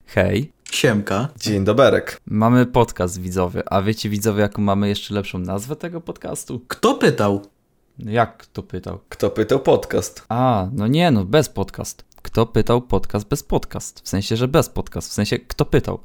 Hej. Siemka. Dzień doberek. Mamy podcast widzowy, a wiecie widzowie, jaką mamy jeszcze lepszą nazwę tego podcastu? Kto pytał? Jak kto pytał? Kto pytał podcast? Bez podcast. Kto pytał podcast bez podcast? W sensie, że bez podcast. W sensie, kto pytał?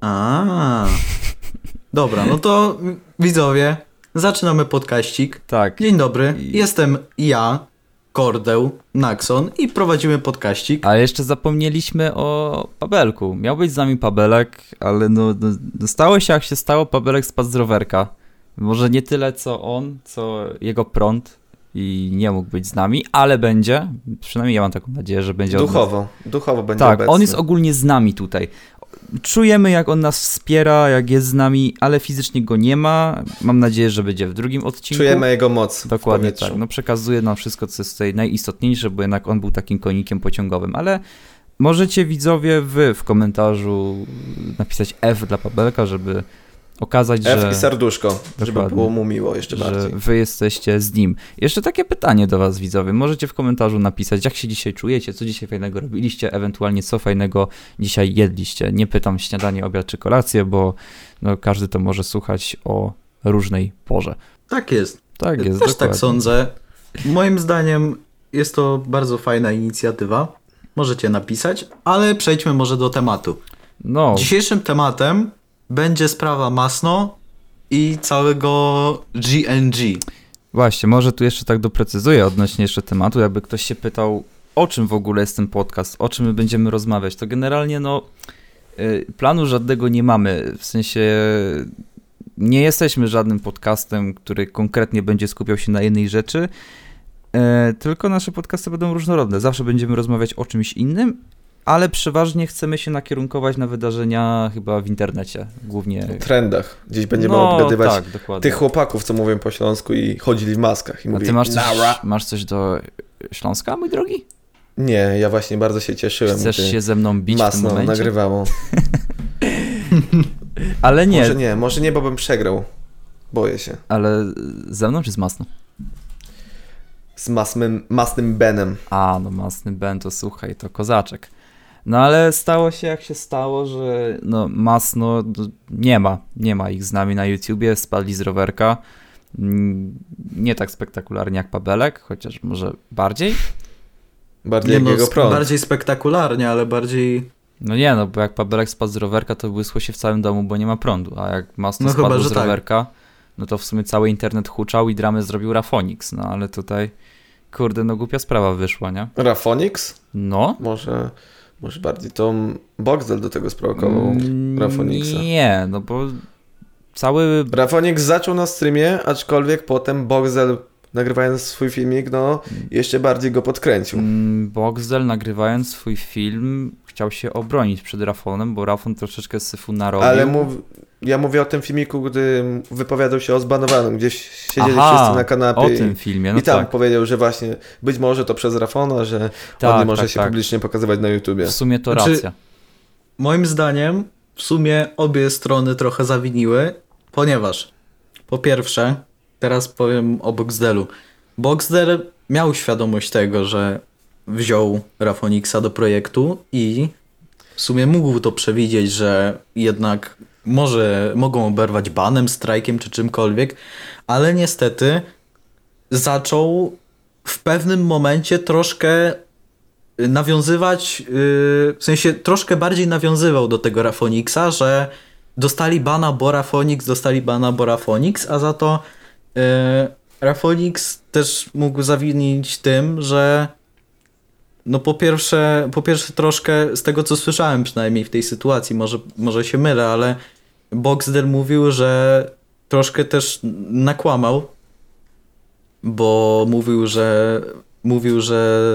Dobra, no to widzowie, zaczynamy podcaścik. Tak. Dzień dobry, jestem ja, Kordeł, Naxon i prowadzimy podcaścik. A jeszcze zapomnieliśmy o Pabelku. Miał być z nami Pabelek, ale no stało się jak się stało, Pabelek spadł z rowerka. Może nie tyle co on, co jego prąd i nie mógł być z nami, ale będzie. Przynajmniej ja mam taką nadzieję, że będzie Duchowo będzie tak, obecny. on jest ogólnie z nami tutaj. Czujemy, jak on nas wspiera, jak jest z nami, ale fizycznie go nie ma. Mam nadzieję, że będzie w drugim odcinku. Czujemy jego moc. Dokładnie tak. No przekazuje nam wszystko, co jest tutaj najistotniejsze, bo jednak on był takim konikiem pociągowym, ale możecie widzowie wy w komentarzu napisać F dla Pabelka, żeby okazać, że... F i serduszko, Dokładnie, żeby było mu miło jeszcze że bardziej. wy jesteście z nim. Jeszcze takie pytanie do was widzowie. Możecie w komentarzu napisać, jak się dzisiaj czujecie, co dzisiaj fajnego robiliście, ewentualnie co fajnego dzisiaj jedliście. Nie pytam śniadanie, obiad czy kolację, bo no, każdy to może słuchać o różnej porze. Tak jest. Tak jest, Też dokładnie. tak sądzę. Moim zdaniem jest to bardzo fajna inicjatywa. Możecie napisać, ale przejdźmy może do tematu. No. Dzisiejszym tematem będzie sprawa Masno i całego GNG. Właśnie, może tu jeszcze tak doprecyzuję odnośnie jeszcze tematu, jakby ktoś się pytał, o czym w ogóle jest ten podcast, o czym my będziemy rozmawiać, to generalnie planu żadnego nie mamy, w sensie nie jesteśmy żadnym podcastem, który konkretnie będzie skupiał się na jednej rzeczy, tylko nasze podcasty będą różnorodne, zawsze będziemy rozmawiać o czymś innym, ale przeważnie chcemy się nakierunkować na wydarzenia chyba w internecie, głównie... W trendach. Gdzieś będziemy obgadywać tak, tych chłopaków, co mówią po śląsku i chodzili w maskach. I A ty masz coś do Śląska, mój drogi? Nie, ja właśnie bardzo się cieszyłem. Chcesz się ze mną bić w tym momencie? nagrywało. Ale nie. Może nie, bo bym przegrał. Boję się. Ale ze mną czy z Masną? Z masnym Benem. No Masny Ben to słuchaj, to kozaczek. No ale stało się jak się stało, że no Masno nie ma ich z nami na YouTubie, spadli z rowerka. Nie tak spektakularnie jak Pabelek, chociaż może bardziej. Bardziej jak jego prąd. Bardziej spektakularnie, ale bardziej... No bo jak Pabelek spadł z rowerka, to błysło się w całym domu, bo nie ma prądu, a jak Masno spadł chyba, z rowerka, no to w sumie cały internet huczał i dramę zrobił Rafonix, no ale tutaj kurde, głupia sprawa wyszła, nie? Rafonix? No. Może bardziej to Boxdel do tego sprowokował Rafonixa. Nie, bo cały... Rafonix zaczął na streamie, aczkolwiek potem Boxdel nagrywając swój filmik, jeszcze bardziej go podkręcił. Boxdel nagrywając swój film chciał się obronić przed Rafonem, bo Rafon troszeczkę syfu narobił. Ale ja mówię o tym filmiku, gdy wypowiadał się o zbanowanym, gdzieś siedzieli wszyscy na kanapie. O tym filmie, i tam powiedział, że właśnie być może to przez Rafona, że on nie może się publicznie pokazywać na YouTubie. W sumie to racja. Moim zdaniem w sumie obie strony trochę zawiniły, ponieważ po pierwsze, teraz powiem o Boxdelu. Boxdel miał świadomość tego, że wziął Rafonixa do projektu i w sumie mógł to przewidzieć, że jednak mogą oberwać banem, strajkiem czy czymkolwiek, ale niestety zaczął w pewnym momencie troszkę nawiązywać, w sensie troszkę bardziej nawiązywał do tego Rafonixa, że dostali bana, bo Rafonix, a za to Rafonix też mógł zawinić tym, że po pierwsze troszkę z tego co słyszałem przynajmniej w tej sytuacji, może się mylę, ale Boxdel mówił, że troszkę też nakłamał, bo mówił, że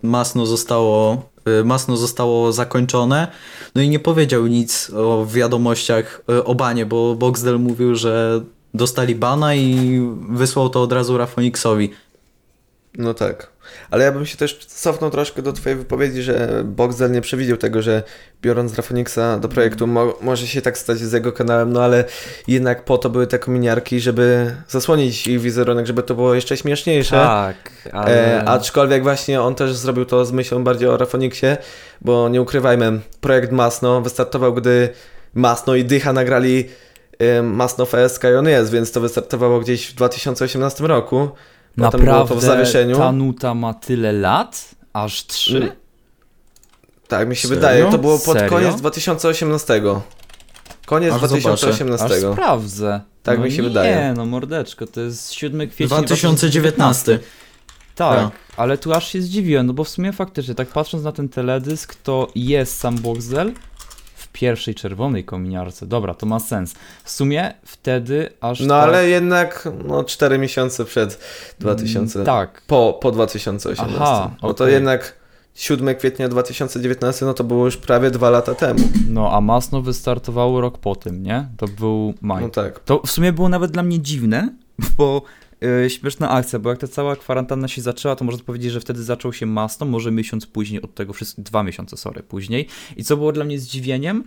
Masno zostało zakończone, no i nie powiedział nic o wiadomościach o banie, bo Boxdel mówił, że dostali bana i wysłał to od razu Rafonixowi. No tak. Ale ja bym się też cofnął troszkę do twojej wypowiedzi, że Boxdel nie przewidział tego, że biorąc Rafonixa do projektu może się tak stać z jego kanałem, no ale jednak po to były te kominiarki, żeby zasłonić ich wizerunek, żeby to było jeszcze śmieszniejsze. Tak, ale... Aczkolwiek właśnie on też zrobił to z myślą bardziej o Rafonixie, bo nie ukrywajmy, projekt Masno wystartował, gdy Masno i Dycha nagrali Masno Fest Kajon jest, więc to wystartowało gdzieś w 2018 roku. Potem było to w zawieszeniu. Ta nuta ma tyle lat? Aż 3? Tak, mi się Serio? wydaje. To było pod Serio? koniec 2018. Koniec Aż 2018. Aż sprawdzę. Tak no mi się nie, wydaje. no mordeczko, to jest 7 kwietnia 2019. Tak, Tak. ale tu aż się zdziwiłem, no bo w sumie faktycznie, tak patrząc na ten teledysk, to jest sam Boxdel w pierwszej czerwonej kominiarce. Dobra, to ma sens. W sumie wtedy aż... No ale jednak 4 miesiące przed 2000. Tak. Po 2018. Aha, Bo to okej. jednak 7 kwietnia 2019, no to było już prawie 2 lata temu. No, a Masno wystartowało rok po tym, nie? To był maj. No tak. To w sumie było nawet dla mnie dziwne, bo śmieszna akcja, bo jak ta cała kwarantanna się zaczęła, to można powiedzieć, że wtedy zaczął się Masno, może miesiąc później od tego wszystkiego, 2 miesiące, później. I co było dla mnie zdziwieniem,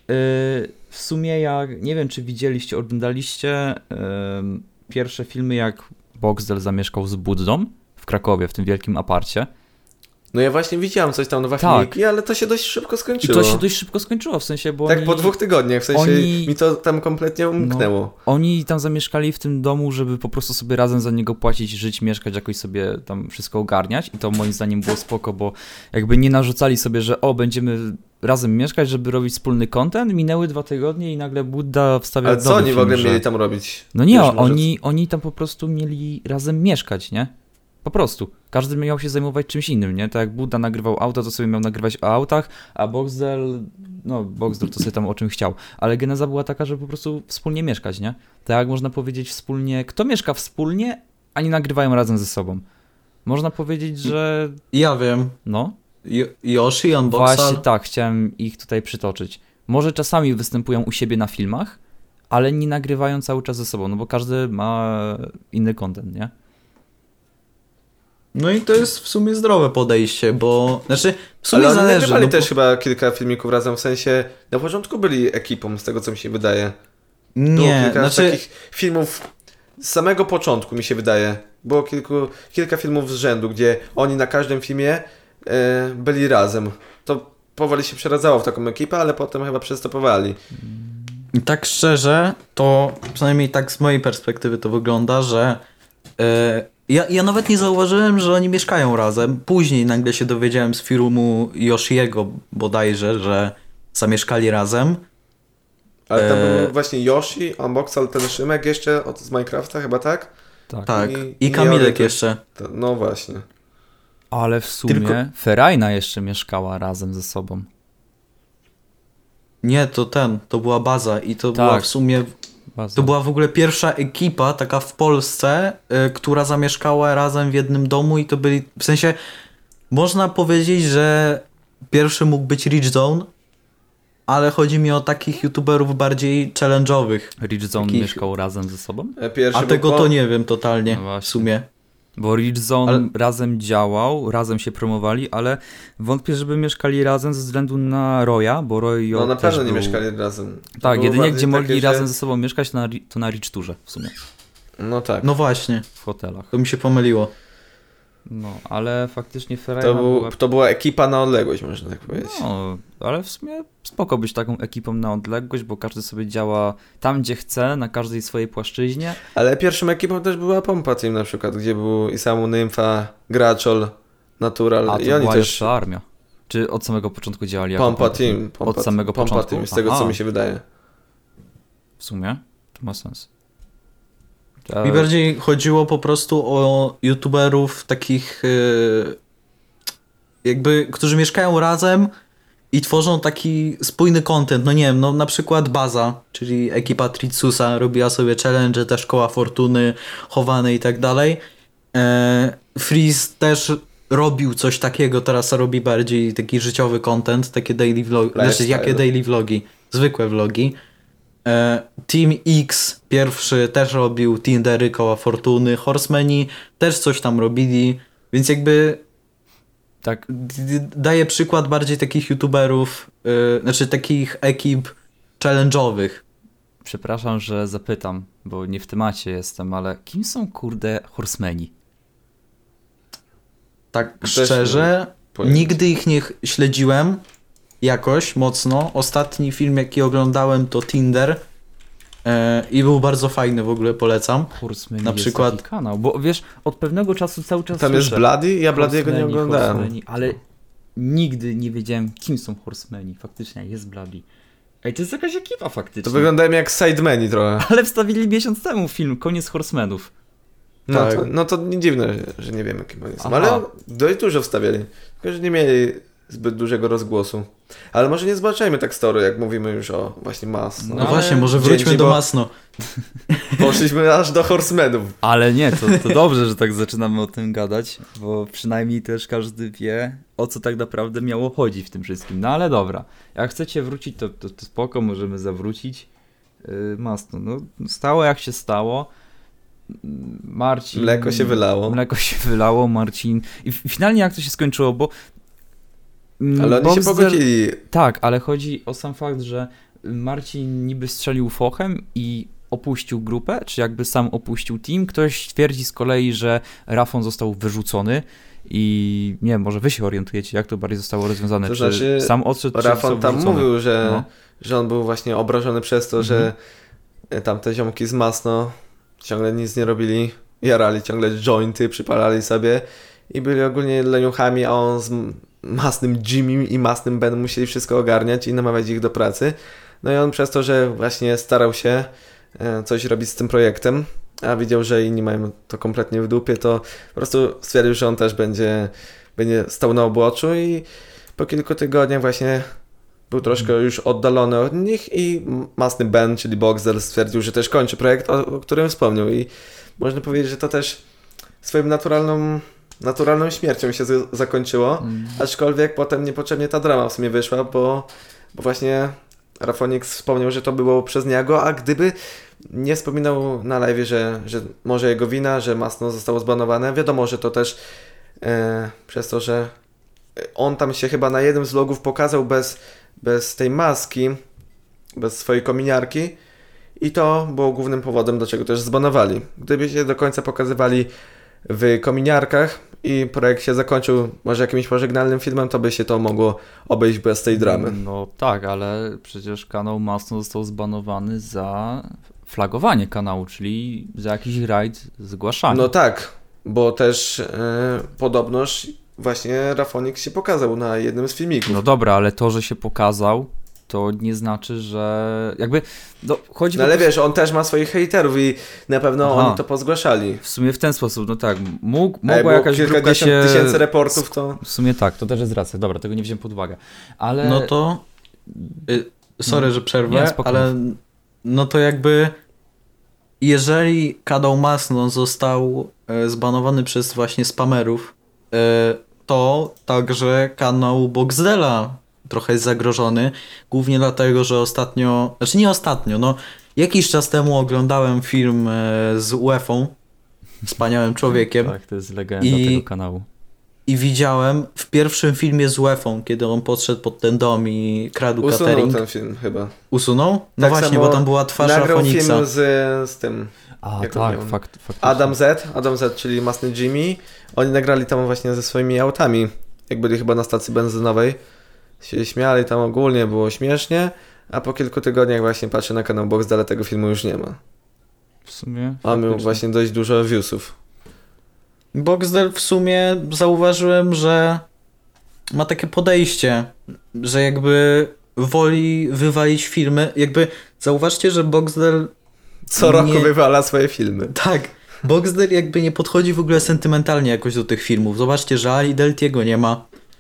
w sumie jak, nie wiem czy widzieliście, oglądaliście pierwsze filmy, jak Boxdel zamieszkał z Buddą w Krakowie, w tym wielkim aparcie. No ja właśnie widziałem coś tam, nowe Tak. filmiki, ale to się dość szybko I skończyło. to się dość szybko skończyło, w sensie, bo Tak oni... po 2 tygodniach, w sensie oni- mi to tam kompletnie umknęło. Oni tam zamieszkali w tym domu, żeby po prostu sobie razem za niego płacić, żyć, mieszkać, jakoś sobie tam wszystko ogarniać i to moim zdaniem było spoko, bo jakby nie narzucali sobie, że będziemy razem mieszkać, żeby robić wspólny content, minęły 2 tygodnie i nagle Budda wstawia Ale co nowy oni w film, ogóle że... mieli tam robić? No nie, Wiesz, może- oni tam po prostu mieli razem mieszkać, nie? Po prostu. Każdy miał się zajmować czymś innym, nie? Tak jak Budda nagrywał auto, to sobie miał nagrywać o autach, a Boxdel to sobie tam o czym chciał. Ale geneza była taka, że po prostu wspólnie mieszkać, nie? Tak jak można powiedzieć wspólnie, kto mieszka wspólnie, a nie nagrywają razem ze sobą. Można powiedzieć, że Ja wiem. no, Yoshi, Unboxal. właśnie tak, chciałem ich tutaj przytoczyć. Może czasami występują u siebie na filmach, ale nie nagrywają cały czas ze sobą, no bo każdy ma inny content, nie? No i to jest w sumie zdrowe podejście, bo... Znaczy, w sumie Ale oni zależy. nagrywali no też bo... chyba kilka filmików razem, w sensie na początku byli ekipą, z tego co mi się wydaje. Było Nie, kilka znaczy... takich filmów z samego początku, mi się wydaje. Było kilka filmów z rzędu, gdzie oni na każdym filmie byli razem. To powoli się przeradzało w taką ekipę, ale potem chyba przestopowali. Tak szczerze, to przynajmniej tak z mojej perspektywy to wygląda, że ja nawet nie zauważyłem, że oni mieszkają razem. Później nagle się dowiedziałem z filmu Yoshiego bodajże, że zamieszkali razem. Ale tam był właśnie Yoshi, Unboxal, ten Szymek jeszcze z Minecrafta chyba, tak? Tak. I I Kamilek Jorek jeszcze. No właśnie. Ale w sumie Tylko- Ferajna jeszcze mieszkała razem ze sobą. Nie, to była baza i to była Tak. w sumie... Bardzo. To była w ogóle pierwsza ekipa taka w Polsce, która zamieszkała razem w jednym domu i to byli, w sensie można powiedzieć, że pierwszy mógł być Rich Zone, ale chodzi mi o takich youtuberów bardziej challenge'owych. Rich Zone Takich- mieszkał razem ze sobą? Pierwszy A był tego po- to nie wiem totalnie No właśnie. w sumie. Bo Rich Zone Ale- razem działał, razem się promowali, ale wątpię, żeby mieszkali razem ze względu na Roya, bo Roy No na też pewno nie był... mieszkali razem. To Tak, było jedynie bardziej gdzie mogli takie, że- razem ze sobą mieszkać, to na Rich Tourze w sumie, No tak. No właśnie, w hotelach. to mi się pomyliło. No, ale faktycznie Ferajna To była ekipa na odległość, można tak powiedzieć. No, ale w sumie spoko być taką ekipą na odległość, bo każdy sobie działa tam, gdzie chce, na każdej swojej płaszczyźnie. Ale pierwszą ekipą też była Pompa Team na przykład, gdzie był Isamu Nymfa, Graczol, Natural A to i oni była też... jeszcze armia. Czy od samego początku działali jako Pompa Team. Od samego Pompa początku? Team, z tego Aha. co mi się wydaje. W sumie? To ma sens. Mi bardziej chodziło po prostu o youtuberów takich jakby, którzy mieszkają razem i tworzą taki spójny content. No nie wiem, no na przykład Baza, czyli ekipa Tritsusa robiła sobie challenge, też Koła Fortuny, Chowane i tak dalej. Freeze też robił coś takiego, teraz robi bardziej taki życiowy content, takie daily vlogi, znaczy Lifestyle. jakie daily vlogi, zwykłe vlogi. Team X pierwszy też robił Tindery, Koła Fortuny, Horsemani też coś tam robili. Więc jakby Tak, daję przykład bardziej takich youtuberów, znaczy takich ekip challenge'owych. przepraszam, że zapytam, bo nie w temacie jestem, ale kim są kurde horsemeni? Tak Też szczerze, pojęcia. nigdy ich nie śledziłem jakoś mocno. Ostatni film, jaki oglądałem, to Tinder. I był bardzo fajny, w ogóle polecam. Horsemeni Na jest przykład- taki kanał, bo wiesz, od pewnego czasu cały czas Tam jest słyszę Bloody? Ja Bloody'ego nie Horsemeni, oglądałem. Horsemeni, ale nigdy nie wiedziałem, kim są horsemeni. Faktycznie, jest Bloody. Ej, to jest jakaś ekipa faktycznie. To wyglądają jak sidemeni trochę. Ale wstawili miesiąc temu film, koniec Horsemenów. No, Tak. to nie dziwne, że nie wiemy kim oni są. Aha. Ale dość dużo wstawiali. Tylko, że nie mieli zbyt dużego rozgłosu. Ale może nie zobaczymy tak story, jak mówimy już o właśnie Mas. No, ale właśnie, może dzięki, wróćmy do bo Masno. Poszliśmy aż do Horsemenów. Ale nie, to dobrze, że tak zaczynamy o tym gadać, bo przynajmniej też każdy wie, o co tak naprawdę miało chodzić w tym wszystkim. No ale dobra, jak chcecie wrócić, to spoko, możemy zawrócić. Masno, no stało jak się stało. Marcin... Mleko się wylało. Mleko się wylało, Marcin... I finalnie jak to się skończyło, bo... Ale oni się Boxdel- pogodzili. Tak, ale chodzi o sam fakt, że Marcin niby strzelił fochem i opuścił grupę, czy jakby sam opuścił team. Ktoś twierdzi z kolei, że Rafon został wyrzucony i nie wiem, może wy się orientujecie, jak to bardziej zostało rozwiązane. To czy znaczy, sam odszedł, czy Rafon został tam wyrzucony? mówił, że, No. że on był właśnie obrażony przez to, że tamte ziomki z Masno ciągle nic nie robili, jarali ciągle jointy, przypalali sobie i byli ogólnie leniuchami, a on z Masnym Jimmym i Masnym Benem musieli wszystko ogarniać i namawiać ich do pracy. No i on przez to, że właśnie starał się coś robić z tym projektem, a widział, że inni mają to kompletnie w dupie, to po prostu stwierdził, że on też będzie stał na obłoczu i po kilku tygodniach właśnie był troszkę już oddalony od nich i Masny Ben, czyli Boxdel, stwierdził, że też kończy projekt, o którym wspomniał i można powiedzieć, że to też swoją naturalną śmiercią się zakończyło, aczkolwiek potem niepotrzebnie ta drama w sumie wyszła, bo właśnie Rafonix wspomniał, że to było przez niego, a gdyby nie wspominał na live, że może jego wina, że Masno zostało zbanowane, wiadomo, że to też przez to, że on tam się chyba na jednym z vlogów pokazał bez tej maski, bez swojej kominiarki i to było głównym powodem, dlaczego też zbanowali. Gdyby się do końca pokazywali w kominiarkach i projekt się zakończył może jakimś pożegnalnym filmem, to by się to mogło obejść bez tej dramy. No tak, ale przecież kanał Masno został zbanowany za flagowanie kanału, czyli za jakiś rajd zgłaszania. No tak, bo też podobnoż właśnie Rafonix się pokazał na jednym z filmików. No dobra, ale to, że się pokazał, to nie znaczy, że jakby, no chodzi No ale wiesz, on też ma swoich hejterów i na pewno oni to pozgłaszali. w sumie w ten sposób, no tak, mogła Było jakaś grupka kilkadziesiąt się... tysięcy reportów, to... W sumie tak, to też jest racja, dobra, tego nie wziąłem pod uwagę, ale... No to... sorry, że przerwę, Nie, spoko. ale no to jakby... Jeżeli kanał Masno został zbanowany przez właśnie spamerów, to także kanał Boxdela trochę jest zagrożony, głównie dlatego, że ostatnio, znaczy nie ostatnio, no jakiś czas temu oglądałem film z UEFą, wspaniałym człowiekiem, Tak, to jest legenda tego kanału. i widziałem w pierwszym filmie z UEFą, kiedy on podszedł pod ten dom i kradł Usunął catering. ten film chyba. Usunął? No Tak właśnie, samo bo tam była twarz nagrał Rafonixa. film z tym... A jak tak, on miał? faktycznie. Adam Z, czyli Masny Jimmy. Oni nagrali tam właśnie ze swoimi autami. Jak byli chyba na stacji benzynowej. Się śmiali tam ogólnie, było śmiesznie. A po kilku tygodniach właśnie patrzę na kanał Boxdela, tego filmu już nie ma. W sumie... A miał faktycznie. właśnie dość dużo viewsów. Boxdel w sumie zauważyłem, że ma takie podejście, że jakby woli wywalić filmy. Jakby zauważcie, że Boxdel Co roku Nie. wywala swoje filmy. tak, Boxdel jakby nie podchodzi w ogóle sentymentalnie jakoś do tych filmów. Zobaczcie, że Ali Deltiego nie ma.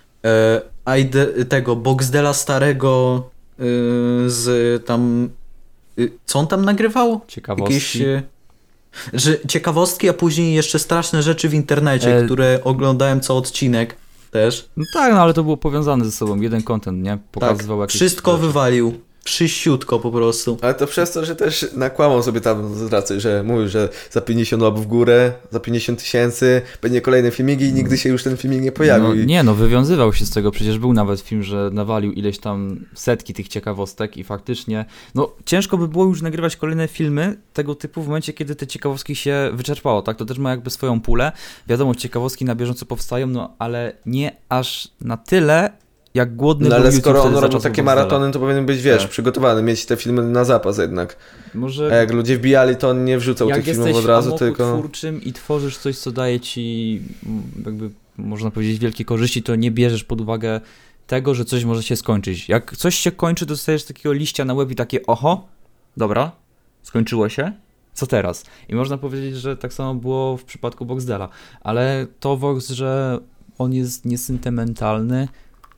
Tego Boxdela starego z tam... co on tam nagrywał? Ciekawostki. Że ciekawostki, a później jeszcze straszne rzeczy w internecie, które oglądałem co odcinek też. No tak, no ale to było powiązane ze sobą, jeden content, nie? Tak, Pokazywał jakieś wszystko rzeczy. wywalił. przyściutko po prostu. Ale to przez to, że też nakłamał sobie tam z racji, że mówił, że za 50 łap w górę, za 50 000 będzie kolejny filmik i nigdy się już ten filmik nie pojawił. No, nie, no wywiązywał się z tego, przecież był nawet film, że nawalił ileś tam setki tych ciekawostek i faktycznie, no ciężko by było już nagrywać kolejne filmy tego typu w momencie, kiedy te ciekawostki się wyczerpało, tak? To też ma jakby swoją pulę. Wiadomo, ciekawostki na bieżąco powstają, no ale nie aż na tyle, jak głodny No był ale YouTube skoro on wtedy za robił czasów takie Boxdela. maratony, to powinien być, wiesz, Tak. przygotowany, mieć te filmy na zapas jednak. A Może jak ludzie wbijali, to on nie wrzucał jak tych filmów jesteś od razu, amoku tylko... twórczym i tworzysz coś, co daje ci jakby, można powiedzieć, wielkie korzyści, to nie bierzesz pod uwagę tego, że coś może się skończyć. Jak coś się kończy, dostajesz takiego liścia na łeb i takie oho, dobra, skończyło się, co teraz? I można powiedzieć, że tak samo było w przypadku Boxdela, ale to Vox, że on jest niesentymentalny,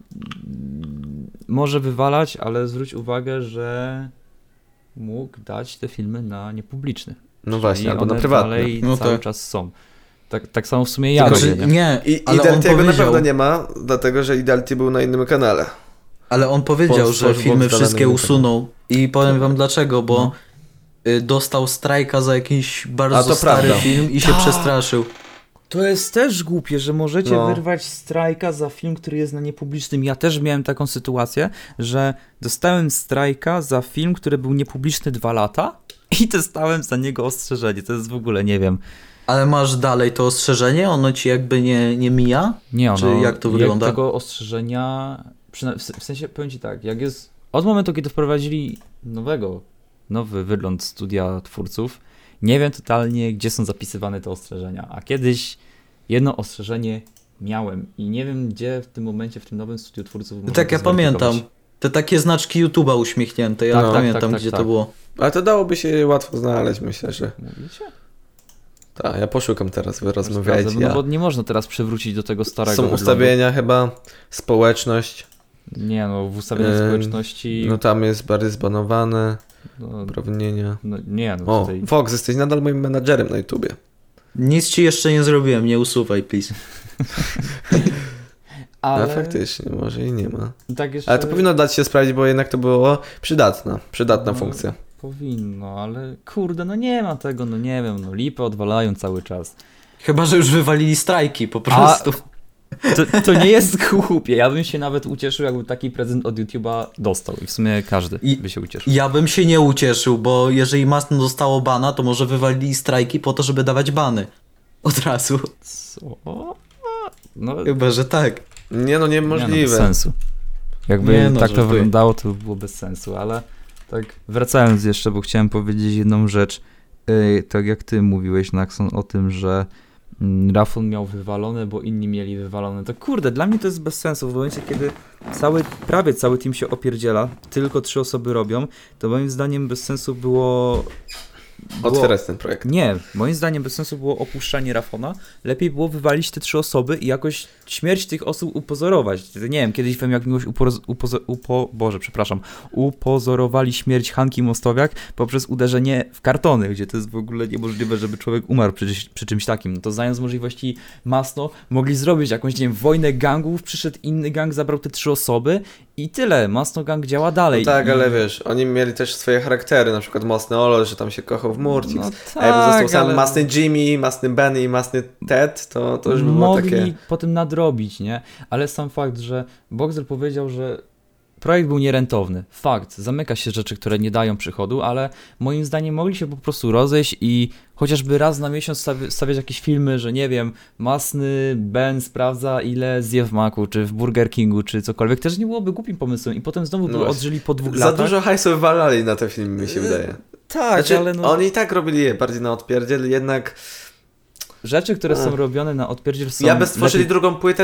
może wywalać, ale zwróć uwagę, że mógł dać te filmy na niepubliczny. No właśnie, Czyli albo na one prywatne. dalej No cały tak. czas są. Tak samo w sumie ja Tylko, robię, Znaczy, nie? nie, I ale on Idaltiego na powiedział, pewno nie ma, dlatego że Idalti był na innym kanale. ale on powiedział, Po- że po- filmy po- wszystkie po- usunął i powiem wam dlaczego, bo No. dostał strajka za jakiś A, bardzo to stary prawda. film i się Tak. przestraszył. To jest też głupie, że możecie No. wyrwać strajka za film, który jest na niepublicznym. Ja też miałem taką sytuację, że dostałem strajka za film, który był niepubliczny 2 lata i dostałem za niego ostrzeżenie. To jest w ogóle, nie wiem. Ale masz dalej to ostrzeżenie? Ono ci jakby nie mija? Nie, ono, Czy jak to wygląda? tego ostrzeżenia, w sensie powiem ci tak, jak jest, od momentu, kiedy wprowadzili nowy wygląd studia twórców, nie wiem totalnie, gdzie są zapisywane te ostrzeżenia, a kiedyś jedno ostrzeżenie miałem i nie wiem, gdzie w tym momencie, w tym nowym studiu twórców można Tak, to ja pamiętam. zweryfikować. Te takie znaczki YouTube'a uśmiechnięte, ja No. pamiętam, Tak, gdzie tak. to było. Ale to dałoby się łatwo znaleźć, myślę, że... Mówicie? Tak, ja poszukam teraz, wy Sprawdzę, rozmawiajcie. no bo nie można teraz przywrócić do tego starego Są wyglądu. ustawienia chyba, społeczność, Nie no, w ustawieniach społeczności... no tam jest bardziej zbanowane, No, uprawnienia. nie, no O, tutaj... Fox, jesteś nadal moim menadżerem na YouTubie. Nic ci jeszcze nie zrobiłem, nie usuwaj, please. Ale faktycznie, może i nie ma. Tak jeszcze... Ale to powinno dać się sprawdzić, bo jednak to było przydatna No. funkcja. Powinno, ale kurde, no nie ma tego, no nie wiem, no lipy odwalają cały czas. Chyba, że już wywalili strajki po prostu. To nie jest głupie, ja bym się nawet ucieszył, jakby taki prezent od YouTube'a dostał i w sumie każdy by się ucieszył. Ja bym się nie ucieszył, bo jeżeli Masno dostało bana, to może wywalili strajki po to, żeby dawać bany. Od razu. Co? No, Chyba, że tak. Nie no, nie, no bez niemożliwe. sensu. Jakby Nie, no, tak to żartuję. wyglądało, to by było bez sensu, ale tak wracając jeszcze, bo chciałem powiedzieć jedną rzecz. Tak jak ty mówiłeś, Naxon, o tym, że Rafon miał wywalone, bo inni mieli wywalone. To kurde, dla mnie to jest bez sensu. W momencie, kiedy prawie cały team się opierdziela, tylko 3 osoby robią, to moim zdaniem bez sensu było... Otwierać ten projekt. Nie, moim zdaniem bez sensu było opuszczanie Rafona. Lepiej było wywalić te 3 osoby i jakoś śmierć tych osób upozorować. Nie wiem, kiedyś wiem, jak miłość upozorowali śmierć Hanki Mostowiak poprzez uderzenie w kartony, gdzie to jest w ogóle niemożliwe, żeby człowiek umarł przy czymś takim. No to znając możliwości Masno, mogli zrobić jakąś, nie wiem, wojnę gangów, przyszedł inny gang, zabrał te 3 osoby i tyle. Masno gang działa dalej. No tak, I... ale wiesz, oni mieli też swoje charaktery, na przykład Masny Olo, że tam się kochał w Murcix. No A jakby tak, został sam ale- Masny Jimmy, Masny Benny i Masny Ted, to już by było mogli takie... potem nadrobić, nie? Ale sam fakt, że Boxer powiedział, że projekt był nierentowny. Fakt, zamyka się rzeczy, które nie dają przychodu, ale moim zdaniem mogli się po prostu rozejść i chociażby raz na miesiąc stawiać jakieś filmy, że nie wiem, Masny Ben sprawdza ile zje w Macu, czy w Burger Kingu, czy cokolwiek. Też nie byłoby głupim pomysłem i potem znowu by właśnie. odżyli po 2 Za latach. dużo hajsu wywalali na te filmy, mi się wydaje. Tak, Znaczy, ale no... oni i tak robili je bardziej na odpierdziel, jednak Rzeczy, które są robione na odpierdziel są... ja by stworzyli lepiej... drugą płytę,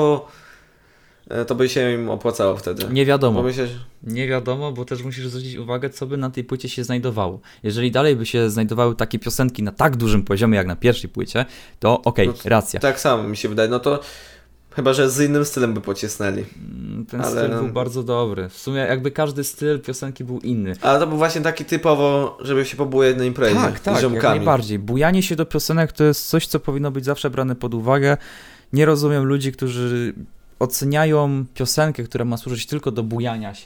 to by się im opłacało wtedy. Nie wiadomo. Bo myślę, że... Nie wiadomo, bo też musisz zwrócić uwagę, co by na tej płycie się znajdowało. Jeżeli dalej by się znajdowały takie piosenki na tak dużym poziomie, jak na pierwszej płycie, to okej, No, racja. Tak samo mi się wydaje, no to chyba, że z innym stylem by pocisnęli. Ten ale- styl był bardzo dobry. W sumie jakby każdy styl piosenki był inny. Ale to był właśnie taki typowo, żeby się pobujać na imprezie z Jak ziomkami. najbardziej. Bujanie się do piosenek to jest coś, co powinno być zawsze brane pod uwagę. Nie rozumiem ludzi, którzy oceniają piosenkę, która ma służyć tylko do bujania się,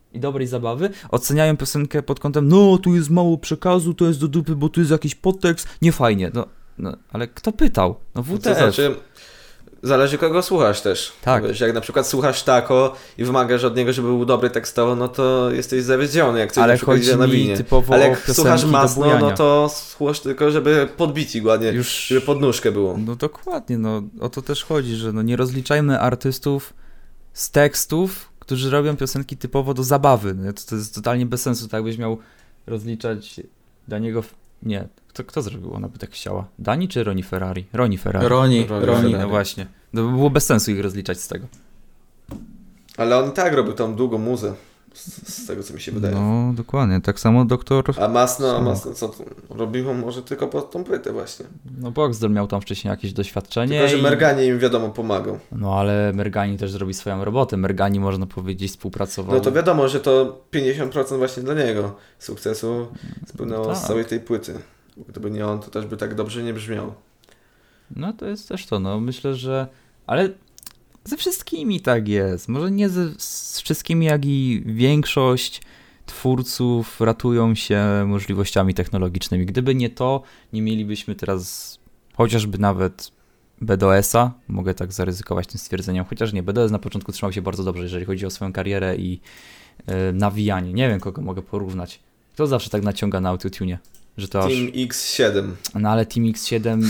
i dobrej zabawy, oceniają piosenkę pod kątem, no tu jest mało przekazu, to jest do dupy, bo tu jest jakiś podtekst, nie fajnie. No ale kto pytał? No WTF. To znaczy, zależy kogo słuchasz też. Tak. Wiesz, jak na przykład słuchasz Tako i wymagasz od niego, żeby był dobry tekstowo, no to jesteś zawiedziony, jak coś Ale na przykład idzie chodzi na mi winie. typowo Ale o jak piosenki słuchasz do Masno, bujania. no to słuchasz tylko, żeby podbić ich ładnie, Już- żeby podnóżkę było. No dokładnie, no o to też chodzi, że no nie rozliczajmy artystów z tekstów, którzy robią piosenki typowo do zabawy. No, to jest totalnie bez sensu, tak byś miał rozliczać Daniego... Nie, kto zrobił? Ona by tak chciała. Dani czy Roni Ferrari? Roni Ferrari. Roni. No właśnie. No by było bez sensu ich rozliczać z tego. Ale on i tak robił tam długą muzę, z tego co mi się wydaje. No dokładnie, tak samo doktor... A Masno co tu? Robił może tylko pod tą płytę właśnie. No Boxdel miał tam wcześniej jakieś doświadczenie. Tylko, że Merganie im wiadomo pomagał. No ale Mergani też zrobi swoją robotę. Mergani, można powiedzieć, współpracował... No to wiadomo, że to 50% właśnie dla niego sukcesu spełniało tak. z całej tej płyty. Gdyby nie on, to też by tak dobrze nie brzmiał. No to jest też to, no myślę, że... Ale ze wszystkimi tak jest. Może nie z wszystkimi, jak i większość twórców ratują się możliwościami technologicznymi. Gdyby nie to, nie mielibyśmy teraz chociażby nawet BDS-a. Mogę tak zaryzykować tym stwierdzeniem. Chociaż nie, BDS na początku trzymał się bardzo dobrze, jeżeli chodzi o swoją karierę i nawijanie. Nie wiem, kogo mogę porównać. Kto zawsze tak naciąga na autotune? Że to aż... Team X7. No ale Team X7...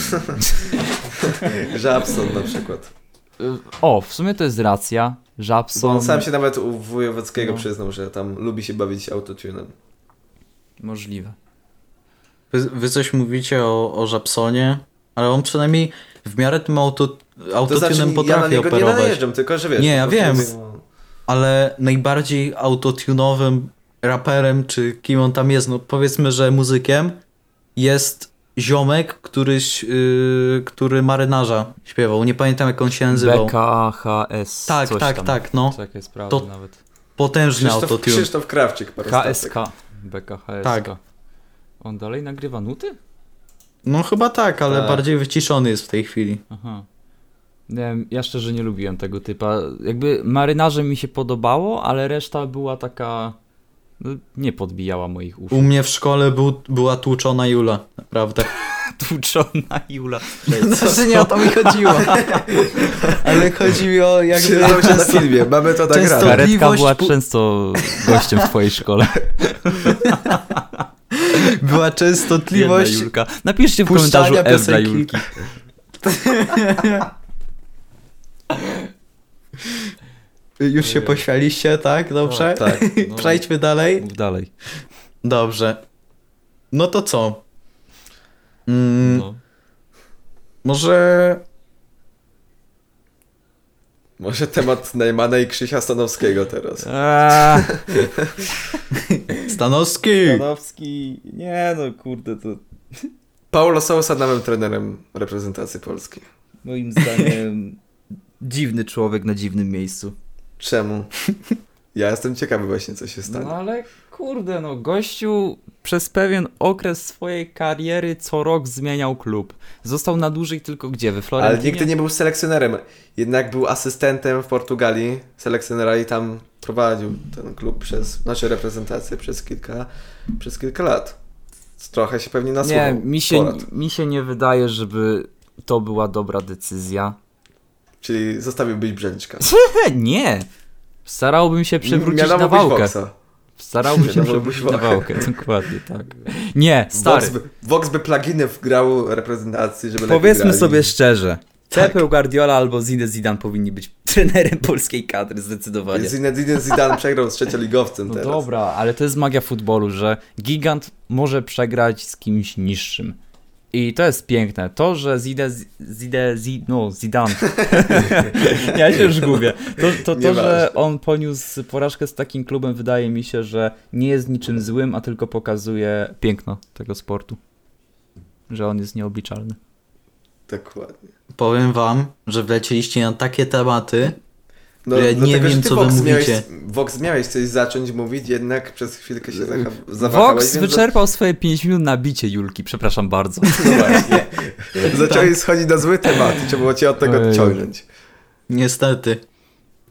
Żabson na przykład. O, w sumie to jest racja. Bo Żabson... on sam się nawet u Wojewódzkiego No. przyznał, że tam lubi się bawić autotunem. Możliwe. Wy coś mówicie o Żabsonie, ale on przynajmniej w miarę tym autotunem ja potrafi na niego operować. nie najeżdżam, tylko że wiesz. Nie, ja po prostu wiem. mówię, Ale najbardziej autotunowym raperem, czy kim on tam jest, no powiedzmy, że muzykiem, jest ziomek, który Marynarza śpiewał. Nie pamiętam, jak on się nazywał. BKHS. Tak, coś tak, tam. tak, no. Czekaj, sprawdzę To- nawet. Potężny autotune. Krzysztof Krawczyk. KSK. BKHSK. Tak. On dalej nagrywa nuty? No chyba tak, ale Tak. bardziej wyciszony jest w tej chwili. Aha. Nie wiem, ja szczerze nie lubiłem tego typa. Jakby Marynarze mi się podobało, ale reszta była taka... No, nie podbijała moich uszu. U mnie w szkole była tłuczona Jula, naprawdę. Tłuczona Jula. Znaczy nie o to mi chodziło. Ale chodzi mi o jakby Przyznał się na filmie, mamy to nagrane. często- Karetka była Pu- często gościem w twojej szkole. była Biedna częstotliwość Julka. Napiszcie w komentarzu puszczania F dla piosenki. Julki. Już się pośmialiście, tak? Dobrze? O, tak, no. Przejdźmy dalej. Mów dalej. Dobrze. No to co? No. Może... Może temat Najmana i Krzysia Stanowskiego teraz. Stanowski! Stanowski. Nie no, kurde, to Paulo Sousa nowym trenerem reprezentacji Polski. moim zdaniem dziwny człowiek na dziwnym miejscu. Czemu? Ja jestem ciekawy właśnie, co się stanie. No ale kurde, no gościu przez pewien okres swojej kariery co rok zmieniał klub. Został na dłużej tylko gdzie? We Ale Florentynie? nigdy nie był selekcjonerem. Jednak był asystentem w Portugalii selekcjonera i tam prowadził ten klub znaczy reprezentację przez kilka lat. Trochę się pewnie nasłuchał. Nie, mi się nie wydaje, żeby to była dobra decyzja. Czyli zostawiłbyś Brzęczka. Nie! Starałbym się przywrócić Mianowo na być wałkę. Voxa. Starałbym się Mianowo przywrócić być na Voxa. wałkę, dokładnie tak. Nie, stary. Vox by pluginy wgrał reprezentacji, żeby lepiej Powiedzmy grali. sobie szczerze. Tak. Pepe Guardiola albo Zinedine Zidane powinni być trenerem polskiej kadry, zdecydowanie. Zinedine Zidane przegrał z trzecioligowcem No teraz. dobra, ale to jest magia futbolu, że gigant może przegrać z kimś niższym. I to jest piękne. To, że Zidane. Ja się już gubię. To Nieważne. że on poniósł porażkę z takim klubem, wydaje mi się, że nie jest niczym złym, a tylko pokazuje piękno tego sportu. Że on jest nieobliczalny. Dokładnie. Powiem wam, że wlecieliście na takie tematy, Ja nie dlatego, że wiem, ty, co wy mówicie. Vox miałeś coś zacząć mówić, jednak przez chwilkę się zawahałeś. Vox więc wyczerpał swoje 5 minut na bicie Julki, przepraszam bardzo. No właśnie. Zacząłeś schodzić na złe tematy, trzeba było cię od tego Ojej. odciągnąć. niestety.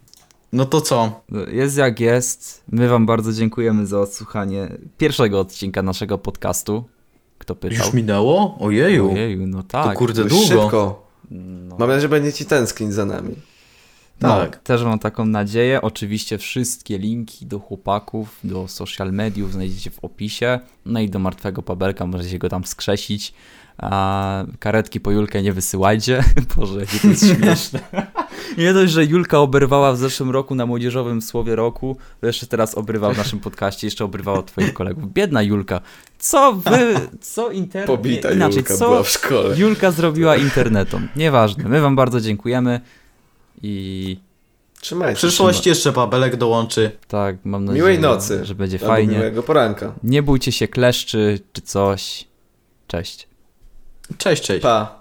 No to co? Jest jak jest. My wam bardzo dziękujemy za odsłuchanie pierwszego odcinka naszego podcastu. Kto pytał? Już minęło? Ojeju. Ojeju, no tak. To kurde Już długo. szybko. No. Mam nadzieję, że będzie ci tęsknić za nami. Tak. No, też mam taką nadzieję. Oczywiście wszystkie linki do chłopaków, do social mediów znajdziecie w opisie. No i do Martwego Pabelka, możecie go tam skrzesić. A karetki po Julkę nie wysyłajcie. Boże, jakie to jest śmieszne. Nie dość, że Julka oberwała w zeszłym roku na Młodzieżowym Słowie Roku, to jeszcze teraz obrywa w naszym podcaście, jeszcze obrywała twoich kolegów. Biedna Julka. Co internet... Pobita inaczej, Julka co była w szkole. Julka zrobiła internetom. Nieważne. My wam bardzo dziękujemy i Trzymajcie W przyszłości jeszcze Pabelek dołączy. tak, mam nadzieję, Miłej nocy. że będzie Albo fajnie. miłego poranka. Nie bójcie się kleszczy czy coś. Cześć. Cześć, cześć. Pa.